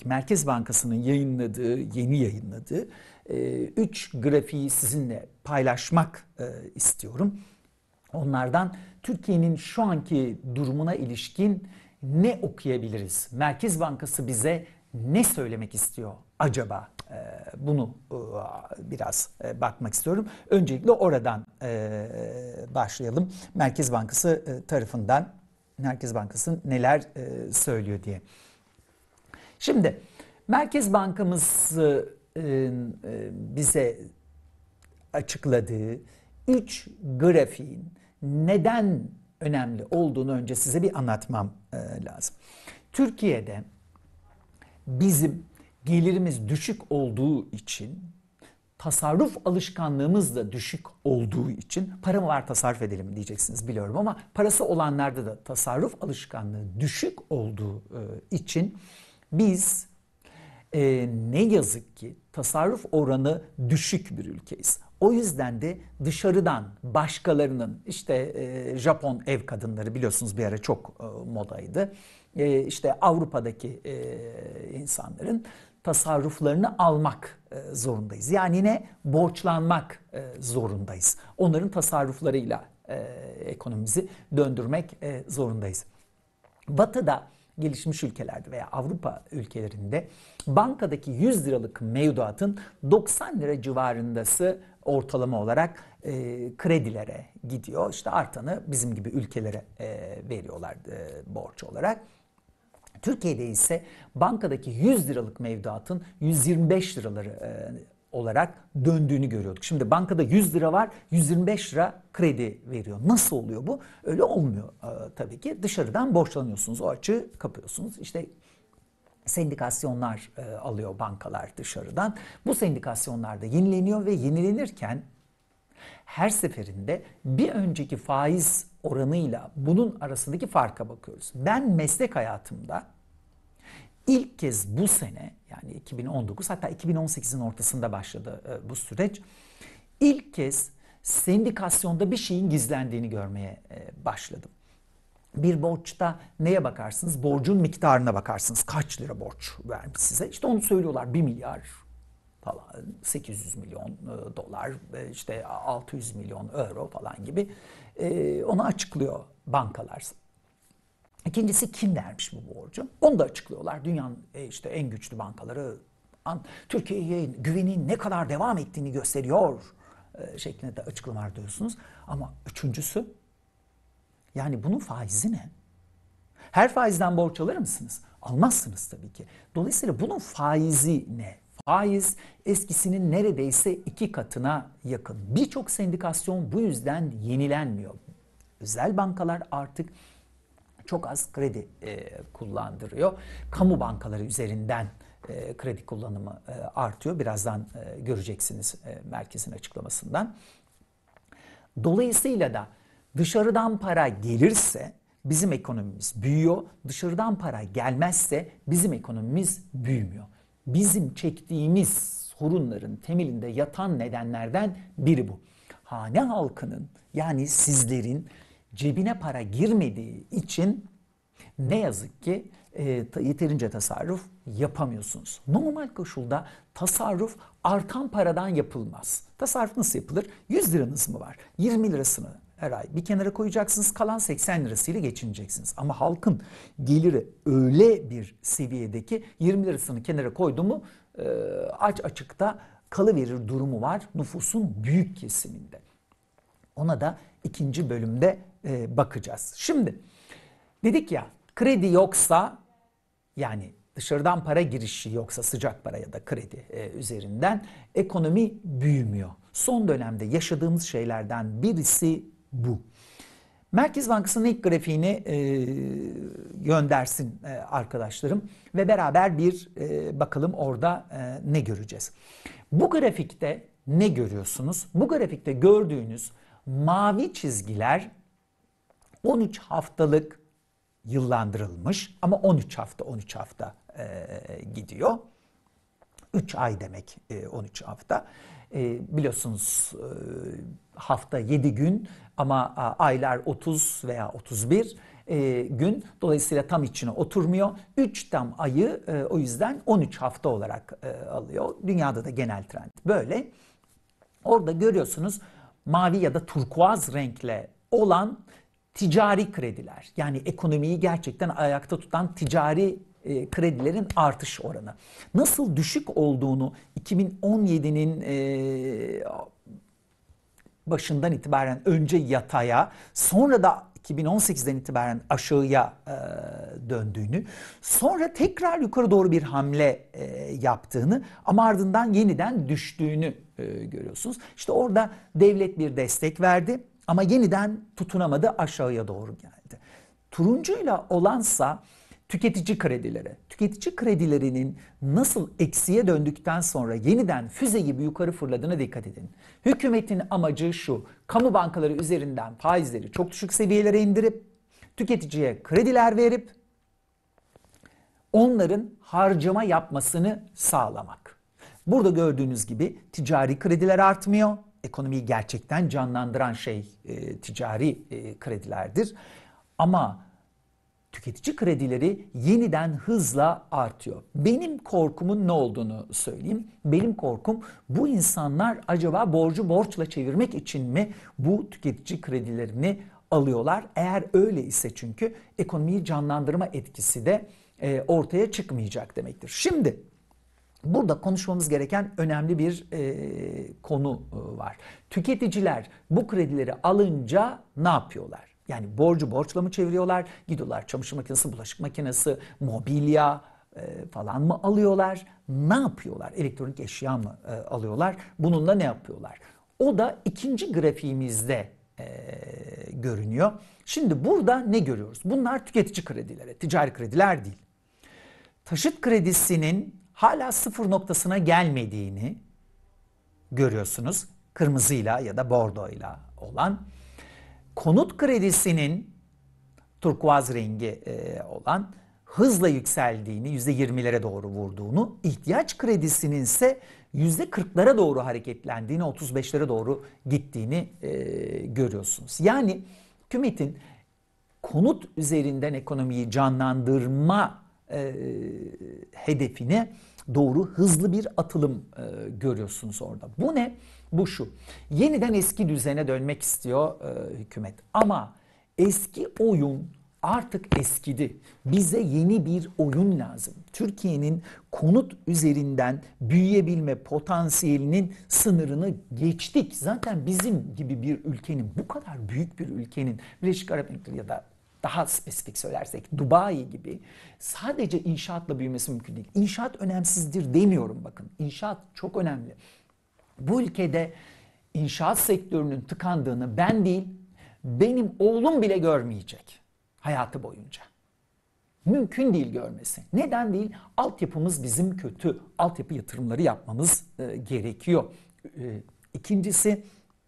Merkez Bankası'nın yeni yayınladığı 3 grafiği sizinle paylaşmak istiyorum. Onlardan Türkiye'nin şu anki durumuna ilişkin ne okuyabiliriz? Merkez Bankası bize ne söylemek istiyor acaba? Bunu biraz bakmak istiyorum. Öncelikle oradan başlayalım. Merkez Bankası tarafından Merkez Bankası neler söylüyor diye. Şimdi Merkez Bankamız bize açıkladığı 3 grafiğin neden önemli olduğunu önce size bir anlatmam lazım. Türkiye'de bizim gelirimiz düşük olduğu için, tasarruf alışkanlığımız da düşük olduğu için, para mı var tasarruf edelim diyeceksiniz biliyorum ama parası olanlarda da tasarruf alışkanlığı düşük olduğu için biz ne yazık ki tasarruf oranı düşük bir ülkeyiz. O yüzden de dışarıdan başkalarının Japon ev kadınları biliyorsunuz bir ara çok modaydı. Avrupa'daki insanların tasarruflarını almak zorundayız. Yani ne? Borçlanmak zorundayız. Onların tasarruflarıyla ekonomimizi döndürmek zorundayız. Batı'da, gelişmiş ülkelerde veya Avrupa ülkelerinde bankadaki 100 liralık mevduatın 90 lira civarındası ortalama olarak kredilere gidiyor. Artanı bizim gibi ülkelere veriyorlar borç olarak. Türkiye'de ise bankadaki 100 liralık mevduatın 125 liraları olarak döndüğünü görüyorduk. Şimdi bankada 100 lira var, 125 lira kredi veriyor. Nasıl oluyor bu? Öyle olmuyor tabii ki. Dışarıdan borçlanıyorsunuz, o açığı kapıyorsunuz. Sendikasyonlar alıyor bankalar dışarıdan. Bu sendikasyonlar da yenileniyor ve yenilenirken her seferinde bir önceki faiz oranıyla bunun arasındaki farka bakıyoruz. Ben meslek hayatımda ilk kez bu sene, yani 2019, hatta 2018'in ortasında başladı bu süreç. İlk kez sendikasyonda bir şeyin gizlendiğini görmeye başladım. Bir borçta neye bakarsınız? Borcun miktarına bakarsınız. Kaç lira borç vermiş size? Onu söylüyorlar, 1 milyar falan, 800 milyon dolar, 600 milyon euro falan gibi onu açıklıyor bankalar. İkincisi, kim vermiş bu borcu? Onu da açıklıyorlar. Dünyanın en güçlü bankaları Türkiye'ye güvenin ne kadar devam ettiğini gösteriyor şeklinde de açıklamalar diyorsunuz. Ama üçüncüsü, yani bunun faizi ne? Her faizden borç alır mısınız? Almazsınız tabii ki. Dolayısıyla bunun faizi ne? Faiz eskisinin neredeyse 2 katına yakın. Birçok sendikasyon bu yüzden yenilenmiyor. Özel bankalar artık çok az kredi kullandırıyor. Kamu bankaları üzerinden kredi kullanımı artıyor. Birazdan göreceksiniz merkezin açıklamasından. Dolayısıyla da dışarıdan para gelirse bizim ekonomimiz büyüyor. Dışarıdan para gelmezse bizim ekonomimiz büyümüyor. Bizim çektiğimiz sorunların temelinde yatan nedenlerden biri bu. Hane halkının, yani sizlerin cebine para girmediği için ne yazık ki yeterince tasarruf yapamıyorsunuz. Normal koşulda tasarruf artan paradan yapılmaz. Tasarruf nasıl yapılır? 100 liranız mı var? 20 lirasını her ay bir kenara koyacaksınız, kalan 80 lirasıyla geçineceksiniz. Ama halkın geliri öyle bir seviyedeki 20 lirasını kenara koydu mu aç açıkta kalıverir durumu var nüfusun büyük kesiminde. Ona da ikinci bölümde bakacağız. Şimdi dedik ya, kredi yoksa, yani dışarıdan para girişi yoksa, sıcak para ya da kredi üzerinden ekonomi büyümüyor. Son dönemde yaşadığımız şeylerden birisi bu. Merkez Bankası'nın ilk grafiğini göndersin arkadaşlarım ve beraber bir bakalım orada ne göreceğiz. Bu grafikte ne görüyorsunuz? Bu grafikte gördüğünüz mavi çizgiler 13 haftalık yıllandırılmış ama 13 hafta gidiyor. 3 ay demek 13 hafta. Biliyorsunuz hafta 7 gün ama aylar 30 veya 31. gün. Dolayısıyla tam içine oturmuyor. 3 tam ayı o yüzden 13 hafta olarak alıyor. Dünyada da genel trend böyle. Orada görüyorsunuz mavi ya da turkuaz renkle olan ticari krediler. Yani ekonomiyi gerçekten ayakta tutan ticari kredilerin artış oranı. Nasıl düşük olduğunu 2017'nin başından itibaren önce yataya, sonra da 2018'den itibaren aşağıya döndüğünü, sonra tekrar yukarı doğru bir hamle yaptığını ama ardından yeniden düştüğünü görüyorsunuz. İşte orada devlet bir destek verdi ama yeniden tutunamadı, aşağıya doğru geldi. Turuncuyla olansa tüketici kredileri. Tüketici kredilerinin nasıl eksiye döndükten sonra yeniden füze gibi yukarı fırladığına dikkat edin. Hükümetin amacı şu: kamu bankaları üzerinden faizleri çok düşük seviyelere indirip tüketiciye krediler verip onların harcama yapmasını sağlamak. Burada gördüğünüz gibi ticari krediler artmıyor. Ekonomiyi gerçekten canlandıran şey ticari kredilerdir. Ama tüketici kredileri yeniden hızla artıyor. Benim korkumun ne olduğunu söyleyeyim. Benim korkum, bu insanlar acaba borcu borçla çevirmek için mi bu tüketici kredilerini alıyorlar? Eğer öyle ise çünkü ekonomiyi canlandırma etkisi de ortaya çıkmayacak demektir. Şimdi burada konuşmamız gereken önemli bir konu var. Tüketiciler bu kredileri alınca ne yapıyorlar? Yani borcu borçla mı çeviriyorlar? Gidiyorlar çamaşır makinesi, bulaşık makinesi, mobilya falan mı alıyorlar? Ne yapıyorlar? Elektronik eşya mı alıyorlar? Bununla ne yapıyorlar? O da ikinci grafiğimizde görünüyor. Şimdi burada ne görüyoruz? Bunlar tüketici kredileri, ticari krediler değil. Taşıt kredisinin hala sıfır noktasına gelmediğini görüyorsunuz. Kırmızıyla ya da bordoyla olan. Konut kredisinin turkuaz rengi olan hızla yükseldiğini, %20'lere doğru vurduğunu, ihtiyaç kredisinin ise %40'lara doğru hareketlendiğini, 35'lere doğru gittiğini görüyorsunuz. Yani hükümetin konut üzerinden ekonomiyi canlandırma hedefine doğru hızlı bir atılım görüyorsunuz orada. Bu ne? Bu şu: yeniden eski düzene dönmek istiyor hükümet. Ama eski oyun artık eskidi. Bize yeni bir oyun lazım. Türkiye'nin konut üzerinden büyüyebilme potansiyelinin sınırını geçtik. Zaten bizim gibi bir ülkenin, bu kadar büyük bir ülkenin, Birleşik Arap Emirlikleri ya da daha spesifik söylersek Dubai gibi sadece inşaatla büyümesi mümkün değil. İnşaat önemsizdir demiyorum, bakın. İnşaat çok önemli. Bu ülkede inşaat sektörünün tıkandığını ben değil, benim oğlum bile görmeyecek hayatı boyunca. Mümkün değil görmesi. Neden değil? Altyapımız bizim kötü. Altyapı yatırımları yapmamız gerekiyor. İkincisi,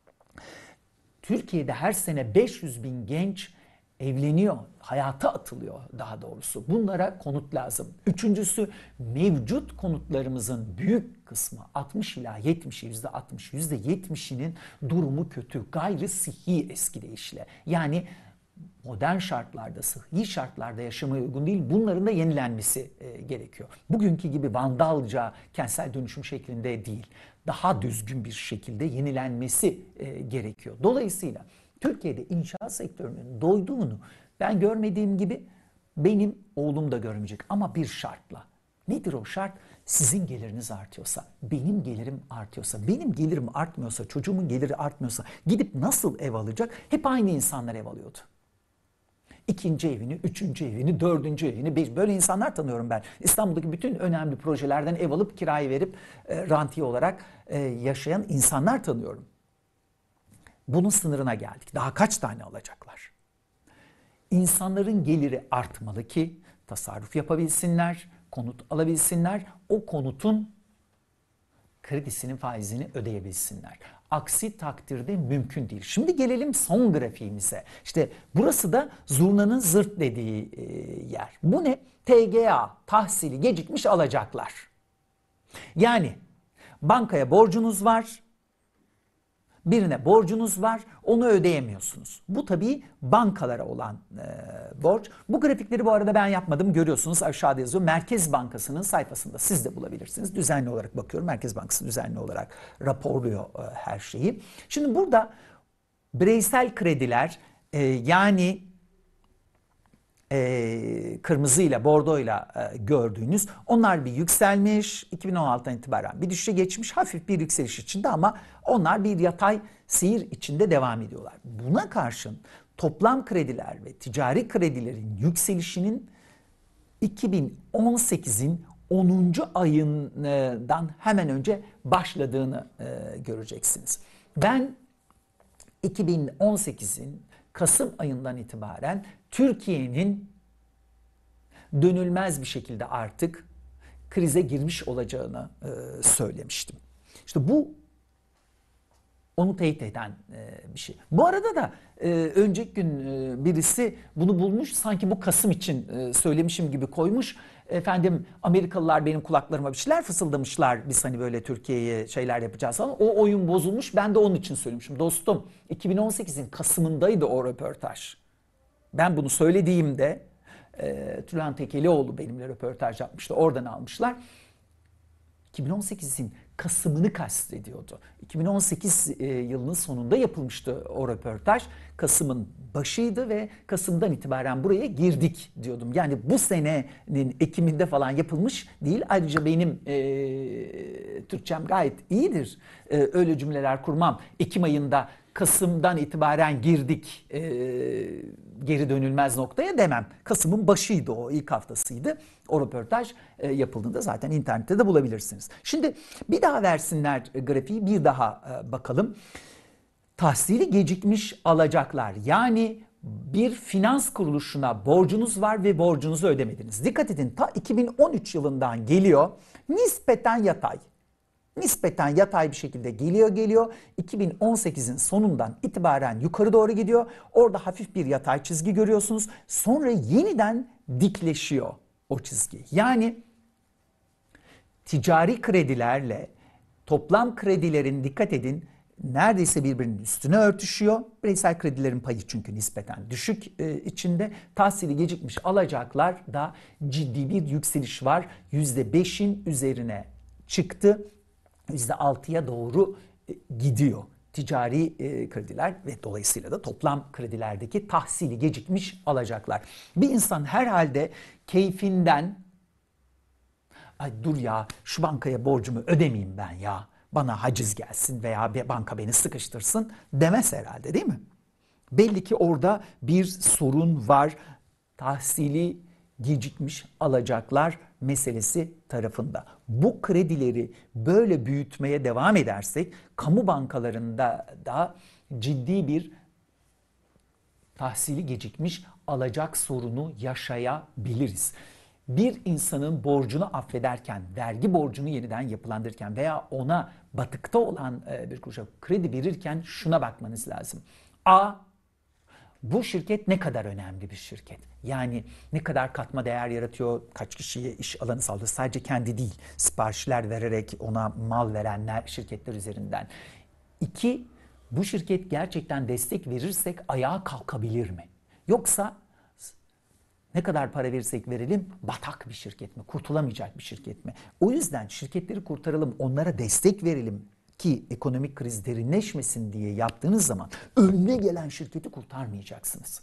Türkiye'de her sene 500 bin genç evleniyor, hayata atılıyor daha doğrusu. Bunlara konut lazım. Üçüncüsü, mevcut konutlarımızın büyük kısmı, 60 ila 70'i, %60, %70'inin durumu kötü. Gayri sıhhi, eski deyişle. Yani modern şartlarda, sıhhi şartlarda yaşamaya uygun değil. Bunların da yenilenmesi gerekiyor. Bugünkü gibi vandalca, kentsel dönüşüm şeklinde değil. Daha düzgün bir şekilde yenilenmesi gerekiyor. Dolayısıyla Türkiye'de inşaat sektörünün doyduğunu ben görmediğim gibi benim oğlum da görmeyecek. Ama bir şartla. Nedir o şart? Sizin geliriniz artıyorsa, benim gelirim artıyorsa, benim gelirim artmıyorsa, çocuğumun geliri artmıyorsa gidip nasıl ev alacak? Hep aynı insanlar ev alıyordu. İkinci evini, üçüncü evini, dördüncü evini, böyle insanlar tanıyorum ben. İstanbul'daki bütün önemli projelerden ev alıp kiraya verip rantiye olarak yaşayan insanlar tanıyorum. Bunun sınırına geldik. Daha kaç tane alacaklar? İnsanların geliri artmalı ki tasarruf yapabilsinler, konut alabilsinler, o konutun kredisinin faizini ödeyebilsinler. Aksi takdirde mümkün değil. Şimdi gelelim son grafiğimize. İşte burası da zurnanın zırt dediği yer. Bu ne? TGA, tahsili gecikmiş alacaklar. Yani bankaya borcunuz var. Birine borcunuz var, onu ödeyemiyorsunuz. Bu tabii bankalara olan borç. Bu grafikleri bu arada ben yapmadım, görüyorsunuz aşağıda yazıyor. Merkez Bankası'nın sayfasında siz de bulabilirsiniz. Düzenli olarak bakıyorum. Merkez Bankası düzenli olarak raporluyor her şeyi. Şimdi burada bireysel krediler yani kırmızıyla, bordoyla gördüğünüz onlar bir yükselmiş. 2016'dan itibaren bir düşüşe geçmiş. Hafif bir yükseliş içinde ama onlar bir yatay seyir içinde devam ediyorlar. Buna karşın toplam krediler ve ticari kredilerin yükselişinin 2018'in 10. ayından hemen önce başladığını göreceksiniz. Ben 2018'in Kasım ayından itibaren Türkiye'nin dönülmez bir şekilde artık krize girmiş olacağını söylemiştim. İşte bu onu teyit eden bir şey. Bu arada da önceki gün birisi bunu bulmuş, sanki bu Kasım için söylemişim gibi koymuş. Efendim Amerikalılar benim kulaklarıma bir şeyler fısıldamışlar. Biz hani böyle Türkiye'ye şeyler yapacağız falan. O oyun bozulmuş. Ben de onun için söylemişim. Dostum 2018'in Kasım'ındaydı o röportaj. Ben bunu söylediğimde Tülhan Tekelioğlu benimle röportaj yapmıştı. Oradan almışlar. 2018'in Kasım'ını kastediyordu. 2018 yılının sonunda yapılmıştı o röportaj. Kasım'ın başıydı ve Kasım'dan itibaren buraya girdik diyordum. Yani bu senenin Ekim'inde falan yapılmış değil. Ayrıca benim Türkçem gayet iyidir. Öyle cümleler kurmam. Ekim ayında Kasım'dan itibaren girdik geri dönülmez noktaya demem. Kasım'ın başıydı o, ilk haftasıydı. O röportaj yapıldığında zaten internette de bulabilirsiniz. Şimdi bir daha versinler grafiği, bir daha bakalım. Tahsili gecikmiş alacaklar. Yani bir finans kuruluşuna borcunuz var ve borcunuzu ödemediniz. Dikkat edin, ta 2013 yılından geliyor. Nispeten yatay. Nispeten yatay bir şekilde geliyor. 2018'in sonundan itibaren yukarı doğru gidiyor. Orada hafif bir yatay çizgi görüyorsunuz. Sonra yeniden dikleşiyor o çizgi. Yani ticari kredilerle toplam kredilerin, dikkat edin, neredeyse birbirinin üstüne örtüşüyor. Bireysel kredilerin payı çünkü nispeten düşük içinde. Tahsili gecikmiş alacaklar da ciddi bir yükseliş var. %5'in üzerine çıktı. %6'ya doğru gidiyor ticari krediler ve dolayısıyla da toplam kredilerdeki tahsili gecikmiş alacaklar. Bir insan herhalde keyfinden ay dur ya şu bankaya borcumu ödemeyeyim ben ya, bana haciz gelsin veya bir banka beni sıkıştırsın demez herhalde, değil mi? Belli ki orada bir sorun var. Tahsili gecikmiş alacaklar meselesi tarafında. Bu kredileri böyle büyütmeye devam edersek kamu bankalarında da ciddi bir tahsili gecikmiş alacak sorunu yaşayabiliriz. Bir insanın borcunu affederken, vergi borcunu yeniden yapılandırırken veya ona batıkta olan bir kuruluşa kredi verirken şuna bakmanız lazım. A, bu şirket ne kadar önemli bir şirket? Yani ne kadar katma değer yaratıyor, kaç kişiye iş alanı sağlıyor? Sadece kendi değil, siparişler vererek ona mal verenler, şirketler üzerinden. 2, bu şirket gerçekten destek verirsek ayağa kalkabilir mi? Yoksa ne kadar para verirsek verelim batak bir şirket mi, kurtulamayacak bir şirket mi? O yüzden şirketleri kurtaralım, onlara destek verelim ki ekonomik kriz derinleşmesin diye yaptığınız zaman önüne gelen şirketi kurtarmayacaksınız.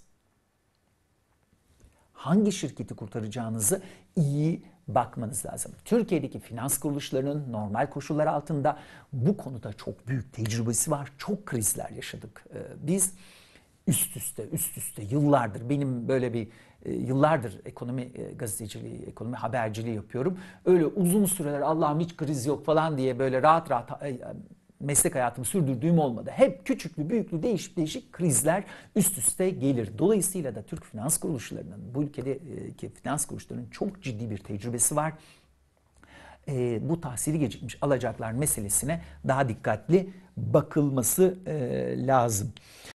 Hangi şirketi kurtaracağınızı iyi bakmanız lazım. Türkiye'deki finans kuruluşlarının normal koşullar altında bu konuda çok büyük tecrübesi var. Çok krizler yaşadık. Biz üst üste yıllardır, benim böyle bir yıllardır ekonomi gazeteciliği, ekonomi haberciliği yapıyorum. Öyle uzun süreler Allah'ım hiç kriz yok falan diye böyle rahat meslek hayatımı sürdürdüğüm olmadı. Hep küçüklü, büyüklü, değişik krizler üst üste gelir. Dolayısıyla da Türk finans kuruluşlarının, bu ülkedeki finans kuruluşlarının çok ciddi bir tecrübesi var. Bu tahsili gecikmiş alacaklar meselesine daha dikkatli bakılması lazım.